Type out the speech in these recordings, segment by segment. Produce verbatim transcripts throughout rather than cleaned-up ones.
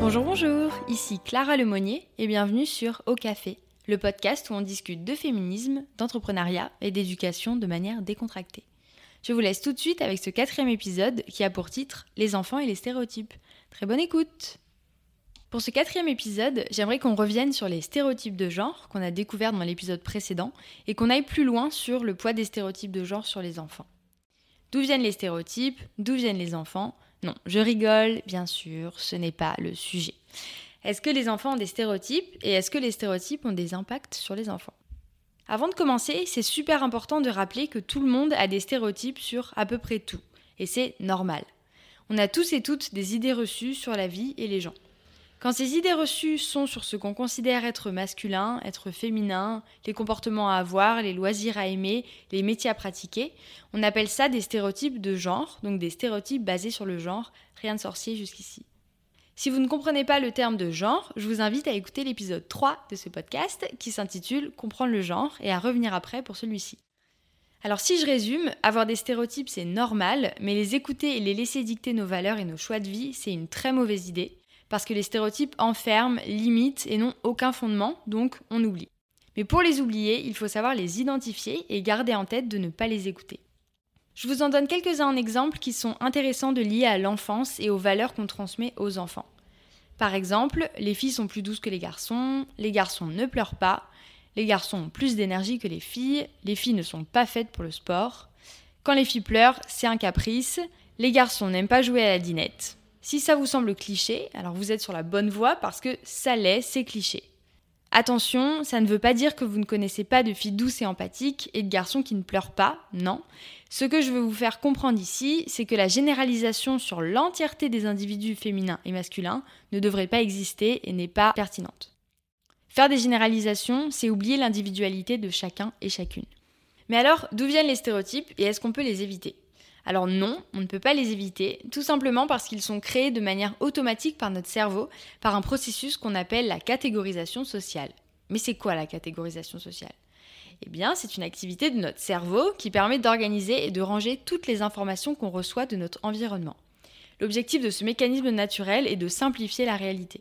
Bonjour, bonjour, ici Clara Lemonnier et bienvenue sur Au Café, le podcast où on discute de féminisme, d'entrepreneuriat et d'éducation de manière décontractée. Je vous laisse tout de suite avec ce quatrième épisode qui a pour titre « Les enfants et les stéréotypes ». Très bonne écoute! Pour ce quatrième épisode, j'aimerais qu'on revienne sur les stéréotypes de genre qu'on a découverts dans l'épisode précédent et qu'on aille plus loin sur le poids des stéréotypes de genre sur les enfants. D'où viennent les stéréotypes? D'où viennent les enfants? Non, je rigole, bien sûr, ce n'est pas le sujet. Est-ce que les enfants ont des stéréotypes et est-ce que les stéréotypes ont des impacts sur les enfants? Avant de commencer, c'est super important de rappeler que tout le monde a des stéréotypes sur à peu près tout, et c'est normal. On a tous et toutes des idées reçues sur la vie et les gens. Quand ces idées reçues sont sur ce qu'on considère être masculin, être féminin, les comportements à avoir, les loisirs à aimer, les métiers à pratiquer, on appelle ça des stéréotypes de genre, donc des stéréotypes basés sur le genre, rien de sorcier jusqu'ici. Si vous ne comprenez pas le terme de genre, je vous invite à écouter l'épisode trois de ce podcast qui s'intitule « Comprendre le genre » et à revenir après pour celui-ci. Alors si je résume, avoir des stéréotypes c'est normal, mais les écouter et les laisser dicter nos valeurs et nos choix de vie, c'est une très mauvaise idée. Parce que les stéréotypes enferment, limitent et n'ont aucun fondement, donc on oublie. Mais pour les oublier, il faut savoir les identifier et garder en tête de ne pas les écouter. Je vous en donne quelques-uns en exemple qui sont intéressants de lier à l'enfance et aux valeurs qu'on transmet aux enfants. Par exemple, les filles sont plus douces que les garçons, les garçons ne pleurent pas, les garçons ont plus d'énergie que les filles, les filles ne sont pas faites pour le sport, quand les filles pleurent, c'est un caprice, les garçons n'aiment pas jouer à la dinette. Si ça vous semble cliché, alors vous êtes sur la bonne voie parce que ça l'est, c'est cliché. Attention, ça ne veut pas dire que vous ne connaissez pas de filles douces et empathiques et de garçons qui ne pleurent pas, non. Ce que je veux vous faire comprendre ici, c'est que la généralisation sur l'entièreté des individus féminins et masculins ne devrait pas exister et n'est pas pertinente. Faire des généralisations, c'est oublier l'individualité de chacun et chacune. Mais alors, d'où viennent les stéréotypes et est-ce qu'on peut les éviter ? Alors non, on ne peut pas les éviter, tout simplement parce qu'ils sont créés de manière automatique par notre cerveau, par un processus qu'on appelle la catégorisation sociale. Mais c'est quoi la catégorisation sociale ? Eh bien, c'est une activité de notre cerveau qui permet d'organiser et de ranger toutes les informations qu'on reçoit de notre environnement. L'objectif de ce mécanisme naturel est de simplifier la réalité.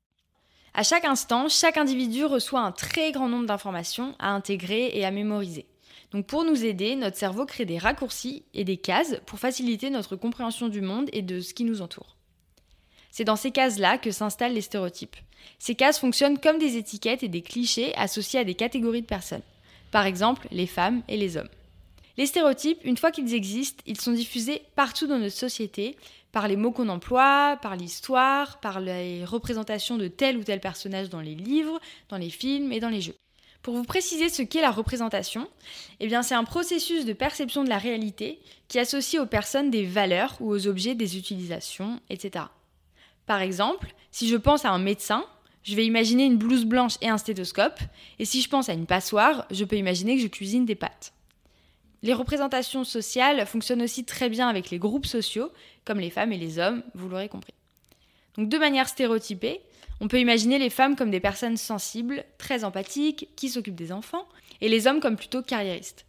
À chaque instant, chaque individu reçoit un très grand nombre d'informations à intégrer et à mémoriser. Donc pour nous aider, notre cerveau crée des raccourcis et des cases pour faciliter notre compréhension du monde et de ce qui nous entoure. C'est dans ces cases-là que s'installent les stéréotypes. Ces cases fonctionnent comme des étiquettes et des clichés associés à des catégories de personnes. Par exemple, les femmes et les hommes. Les stéréotypes, une fois qu'ils existent, ils sont diffusés partout dans notre société, par les mots qu'on emploie, par l'histoire, par les représentations de tel ou tel personnage dans les livres, dans les films et dans les jeux. Pour vous préciser ce qu'est la représentation, eh bien c'est un processus de perception de la réalité qui associe aux personnes des valeurs ou aux objets des utilisations, et cetera. Par exemple, si je pense à un médecin, je vais imaginer une blouse blanche et un stéthoscope, et si je pense à une passoire, je peux imaginer que je cuisine des pâtes. Les représentations sociales fonctionnent aussi très bien avec les groupes sociaux, comme les femmes et les hommes, vous l'aurez compris. Donc de manière stéréotypée, on peut imaginer les femmes comme des personnes sensibles, très empathiques, qui s'occupent des enfants, et les hommes comme plutôt carriéristes.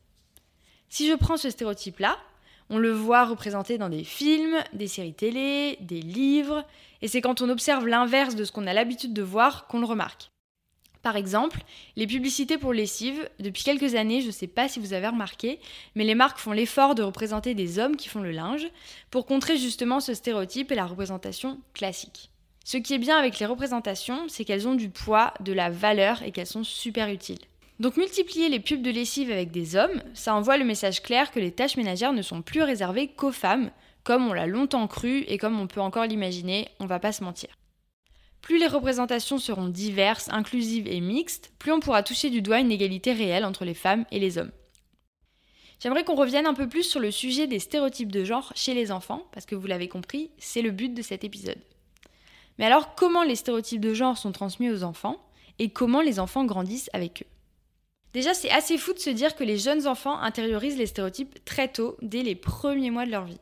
Si je prends ce stéréotype-là, on le voit représenté dans des films, des séries télé, des livres, et c'est quand on observe l'inverse de ce qu'on a l'habitude de voir qu'on le remarque. Par exemple, les publicités pour lessive, depuis quelques années, je ne sais pas si vous avez remarqué, mais les marques font l'effort de représenter des hommes qui font le linge pour contrer justement ce stéréotype et la représentation classique. Ce qui est bien avec les représentations, c'est qu'elles ont du poids, de la valeur et qu'elles sont super utiles. Donc multiplier les pubs de lessive avec des hommes, ça envoie le message clair que les tâches ménagères ne sont plus réservées qu'aux femmes, comme on l'a longtemps cru et comme on peut encore l'imaginer, on va pas se mentir. Plus les représentations seront diverses, inclusives et mixtes, plus on pourra toucher du doigt une égalité réelle entre les femmes et les hommes. J'aimerais qu'on revienne un peu plus sur le sujet des stéréotypes de genre chez les enfants, parce que vous l'avez compris, c'est le but de cet épisode. Mais alors, comment les stéréotypes de genre sont transmis aux enfants et comment les enfants grandissent avec eux ? Déjà, c'est assez fou de se dire que les jeunes enfants intériorisent les stéréotypes très tôt, dès les premiers mois de leur vie.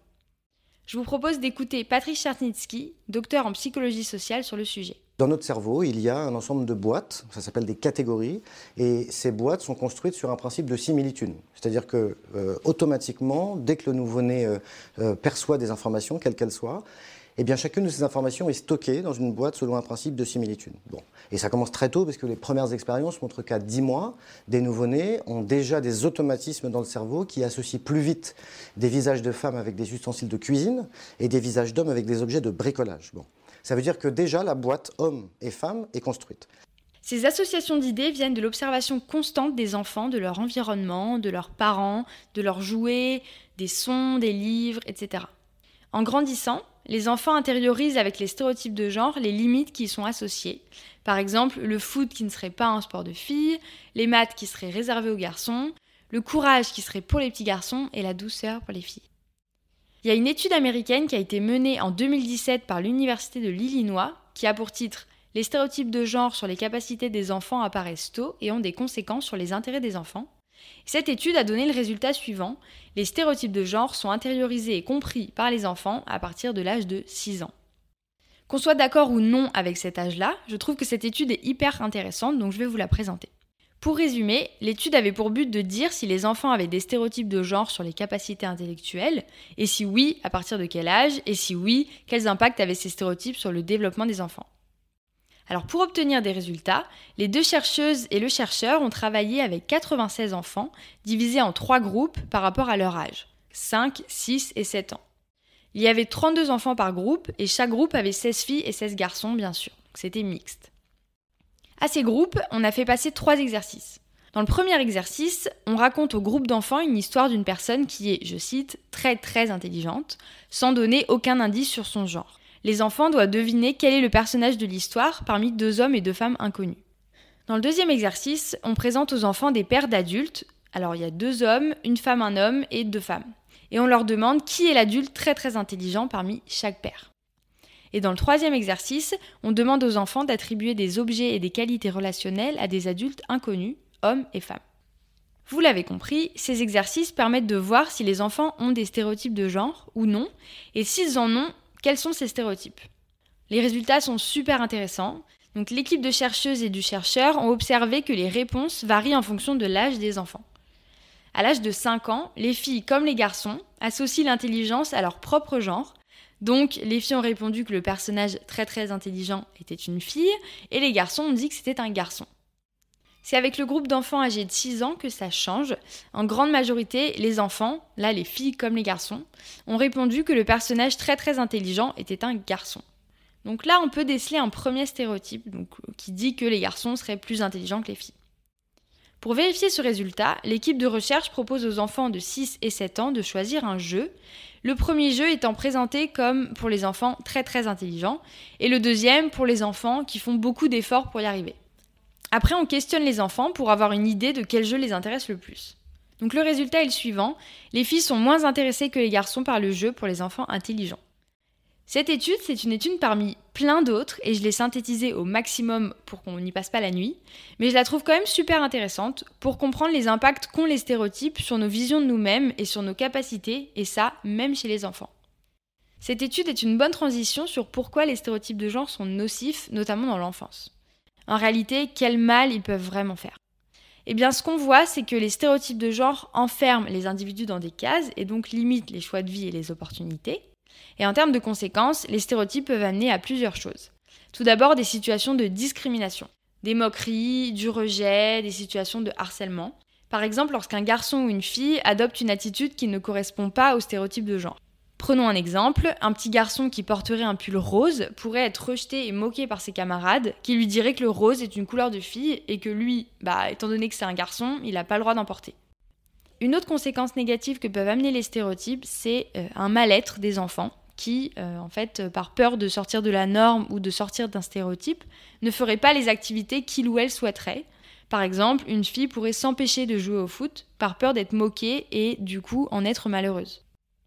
Je vous propose d'écouter Patrick Charnitsky, docteur en psychologie sociale, sur le sujet. Dans notre cerveau, il y a un ensemble de boîtes, ça s'appelle des catégories, et ces boîtes sont construites sur un principe de similitude. C'est-à-dire que, euh, automatiquement, dès que le nouveau-né euh, euh, perçoit des informations, quelles qu'elles soient, eh bien chacune de ces informations est stockée dans une boîte selon un principe de similitude. Bon. Et ça commence très tôt parce que les premières expériences montrent qu'à dix mois, des nouveau-nés ont déjà des automatismes dans le cerveau qui associent plus vite des visages de femmes avec des ustensiles de cuisine et des visages d'hommes avec des objets de bricolage. Bon. Ça veut dire que déjà la boîte hommes et femmes est construite. Ces associations d'idées viennent de l'observation constante des enfants, de leur environnement, de leurs parents, de leurs jouets, des sons, des livres, et cetera. En grandissant, les enfants intériorisent avec les stéréotypes de genre les limites qui y sont associées. Par exemple, le foot qui ne serait pas un sport de filles, les maths qui seraient réservés aux garçons, le courage qui serait pour les petits garçons et la douceur pour les filles. Il y a une étude américaine qui a été menée en deux mille dix-sept par l'Université de l'Illinois qui a pour titre « Les stéréotypes de genre sur les capacités des enfants apparaissent tôt et ont des conséquences sur les intérêts des enfants ». Cette étude a donné le résultat suivant. Les stéréotypes de genre sont intériorisés et compris par les enfants à partir de l'âge de six ans. Qu'on soit d'accord ou non avec cet âge-là, je trouve que cette étude est hyper intéressante, donc je vais vous la présenter. Pour résumer, l'étude avait pour but de dire si les enfants avaient des stéréotypes de genre sur les capacités intellectuelles, et si oui, à partir de quel âge, et si oui, quels impacts avaient ces stéréotypes sur le développement des enfants. Alors pour obtenir des résultats, les deux chercheuses et le chercheur ont travaillé avec quatre-vingt-seize enfants, divisés en trois groupes par rapport à leur âge, cinq, six et sept ans. Il y avait trente-deux enfants par groupe, et chaque groupe avait seize filles et seize garçons, bien sûr, donc c'était mixte. À ces groupes, on a fait passer trois exercices. Dans le premier exercice, on raconte au groupe d'enfants une histoire d'une personne qui est, je cite, très très intelligente, sans donner aucun indice sur son genre. Les enfants doivent deviner quel est le personnage de l'histoire parmi deux hommes et deux femmes inconnus. Dans le deuxième exercice, on présente aux enfants des pères d'adultes. Alors il y a deux hommes, une femme, un homme et deux femmes. Et on leur demande qui est l'adulte très très intelligent parmi chaque père. Et dans le troisième exercice, on demande aux enfants d'attribuer des objets et des qualités relationnelles à des adultes inconnus, hommes et femmes. Vous l'avez compris, ces exercices permettent de voir si les enfants ont des stéréotypes de genre ou non, et s'ils en ont, quels sont ces stéréotypes ? Les résultats sont super intéressants. Donc, l'équipe de chercheuses et du chercheur ont observé que les réponses varient en fonction de l'âge des enfants. À l'âge de cinq ans, les filles comme les garçons associent l'intelligence à leur propre genre. Donc, les filles ont répondu que le personnage très très intelligent était une fille et les garçons ont dit que c'était un garçon. C'est avec le groupe d'enfants âgés de six ans que ça change. En grande majorité, les enfants, là les filles comme les garçons, ont répondu que le personnage très très intelligent était un garçon. Donc là, on peut déceler un premier stéréotype donc, qui dit que les garçons seraient plus intelligents que les filles. Pour vérifier ce résultat, l'équipe de recherche propose aux enfants de six et sept ans de choisir un jeu. Le premier jeu étant présenté comme pour les enfants très très intelligents et le deuxième pour les enfants qui font beaucoup d'efforts pour y arriver. Après, on questionne les enfants pour avoir une idée de quel jeu les intéresse le plus. Donc le résultat est le suivant, les filles sont moins intéressées que les garçons par le jeu pour les enfants intelligents. Cette étude, c'est une étude parmi plein d'autres et je l'ai synthétisée au maximum pour qu'on n'y passe pas la nuit, mais je la trouve quand même super intéressante pour comprendre les impacts qu'ont les stéréotypes sur nos visions de nous-mêmes et sur nos capacités, et ça, même chez les enfants. Cette étude est une bonne transition sur pourquoi les stéréotypes de genre sont nocifs, notamment dans l'enfance. En réalité, quel mal ils peuvent vraiment faire ? Eh bien, ce qu'on voit, c'est que les stéréotypes de genre enferment les individus dans des cases et donc limitent les choix de vie et les opportunités. Et en termes de conséquences, les stéréotypes peuvent amener à plusieurs choses. Tout d'abord, des situations de discrimination, des moqueries, du rejet, des situations de harcèlement. Par exemple, lorsqu'un garçon ou une fille adopte une attitude qui ne correspond pas aux stéréotypes de genre. Prenons un exemple, un petit garçon qui porterait un pull rose pourrait être rejeté et moqué par ses camarades qui lui diraient que le rose est une couleur de fille et que lui, bah, étant donné que c'est un garçon, il n'a pas le droit d'en porter. Une autre conséquence négative que peuvent amener les stéréotypes, c'est euh, un mal-être des enfants qui, euh, en fait, euh, par peur de sortir de la norme ou de sortir d'un stéréotype, ne feraient pas les activités qu'il ou elle souhaiterait. Par exemple, une fille pourrait s'empêcher de jouer au foot par peur d'être moquée et du coup en être malheureuse.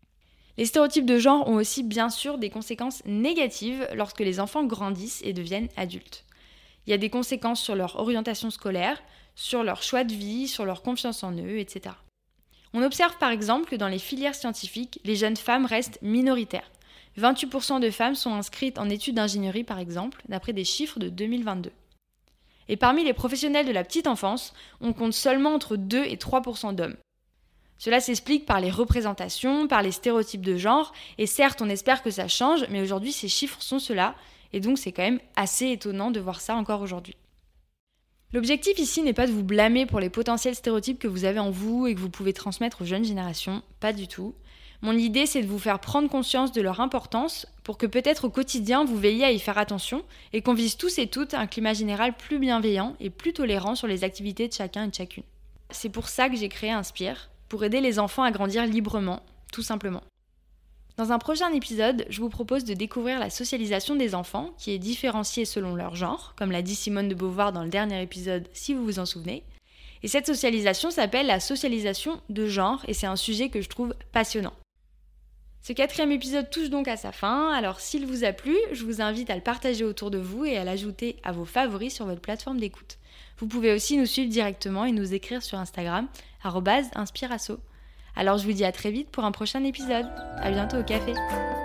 Les stéréotypes de genre ont aussi bien sûr des conséquences négatives lorsque les enfants grandissent et deviennent adultes. Il y a des conséquences sur leur orientation scolaire, sur leur choix de vie, sur leur confiance en eux, et cetera. On observe par exemple que dans les filières scientifiques, les jeunes femmes restent minoritaires. vingt-huit pour cent de femmes sont inscrites en études d'ingénierie par exemple, d'après des chiffres de deux mille vingt-deux. Et parmi les professionnels de la petite enfance, on compte seulement entre deux et trois pour cent d'hommes. Cela s'explique par les représentations, par les stéréotypes de genre, et certes on espère que ça change, mais aujourd'hui ces chiffres sont ceux-là, et donc c'est quand même assez étonnant de voir ça encore aujourd'hui. L'objectif ici n'est pas de vous blâmer pour les potentiels stéréotypes que vous avez en vous et que vous pouvez transmettre aux jeunes générations, pas du tout. Mon idée c'est de vous faire prendre conscience de leur importance pour que peut-être au quotidien vous veilliez à y faire attention et qu'on vise tous et toutes un climat général plus bienveillant et plus tolérant sur les activités de chacun et de chacune. C'est pour ça que j'ai créé Inspire, pour aider les enfants à grandir librement, tout simplement. Dans un prochain épisode, je vous propose de découvrir la socialisation des enfants, qui est différenciée selon leur genre, comme l'a dit Simone de Beauvoir dans le dernier épisode, si vous vous en souvenez. Et cette socialisation s'appelle la socialisation de genre, et c'est un sujet que je trouve passionnant. Ce quatrième épisode touche donc à sa fin, alors s'il vous a plu, je vous invite à le partager autour de vous et à l'ajouter à vos favoris sur votre plateforme d'écoute. Vous pouvez aussi nous suivre directement et nous écrire sur Instagram, arobase inspireasso. Alors je vous dis à très vite pour un prochain épisode. À bientôt au café.